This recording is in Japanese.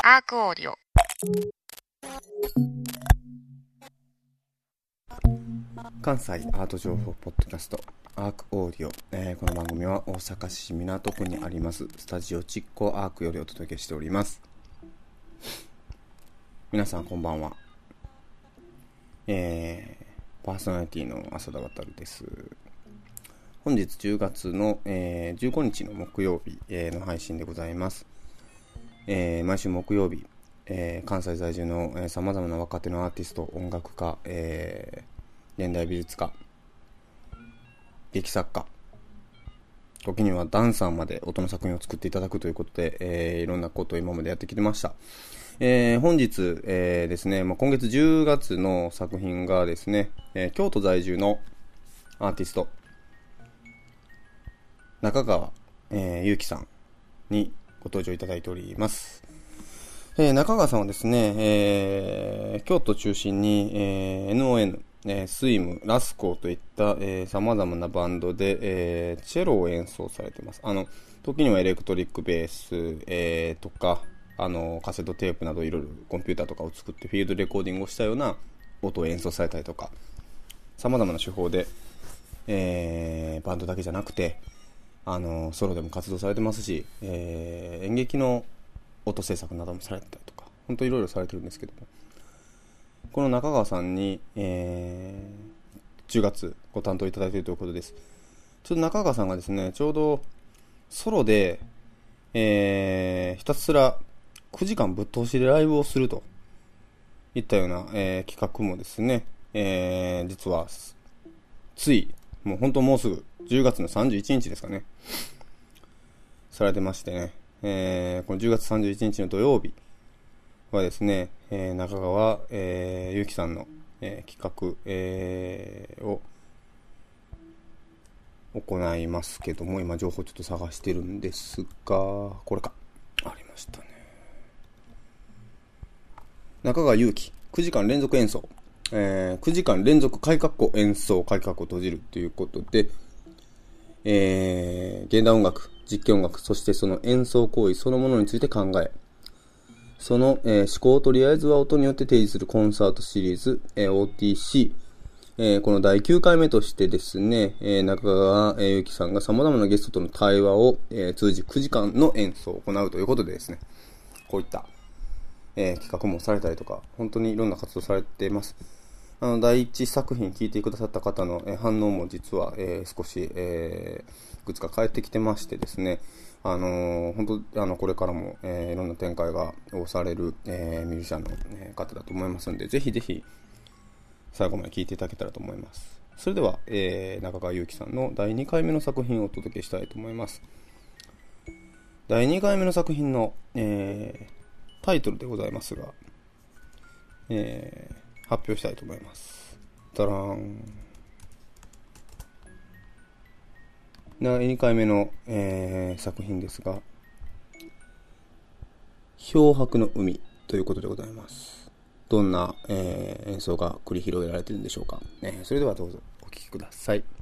アークオーディオ。 関西アート情報ポッドキャストアークオーディオ、この番組は大阪市港区にありますスタジオチッコアークよりお届けしております。皆さんこんばんは。パーソナリティの浅田渉です。本日10月の、15日の木曜日、の配信でございます。毎週木曜日、関西在住のさまざまな若手のアーティスト、音楽家、現代美術家、劇作家、時にはダンサーまで音の作品を作っていただくということで、いろんなことを今までやってきてました。本日、ですね、今月10月の作品がですね、京都在住のアーティスト中川祐希さんにご登場いただいております。中川さんはですね、京都中心に、NON、スイム、ラスコといった様々なバンドで、チェロを演奏されています。時にはエレクトリックベース、とか、カセットテープなどいろいろコンピューターとかを作ってフィールドレコーディングをしたような音を演奏されたりとか、様々な手法で、バンドだけじゃなくて、ソロでも活動されてますし、演劇の音制作などもされてたりとか、本当いろいろされてるんですけども、この中川さんに、10月ご担当いただいているということです。ちょっと中川さんがですね、ちょうどソロで、ひたすら9時間ぶっ通しでライブをするといったような、企画もですね、実はついもうもうすぐ10月の31日ですかね、されてましてね、この10月31日の土曜日はですね、中川祐希さんの、企画、を行いますけども、今情報ちょっと探してるんですが、これか、ありましたね。中川祐希9時間連続演奏、9時間連続演奏閉じるということで、現代音楽、実験音楽、そしてその演奏行為そのものについて考え、その、思考をとりあえずは音によって提示するコンサートシリーズ、OTC、この第9回目としてですね、中川祐希さんが様々なゲストとの対話を、通じ9時間の演奏を行うということでですね、こういった、企画もされたりとか、本当にいろんな活動されています。第一作品聞いてくださった方の、反応も実は、少し、いくつか返ってきてましてですね、本当これからも、いろんな展開がされる、ミュージシャンの、方だと思いますので、ぜひぜひ最後まで聞いていただけたらと思います。それでは、中川祐希さんの第2回目の作品をお届けしたいと思います。第2回目の作品の、タイトルでございますが、発表したいと思います。ダラーン。第2回目の、作品ですが、漂白の海ということでございます。どんな、演奏が繰り広げられているんでしょうか。それではどうぞお聴きください。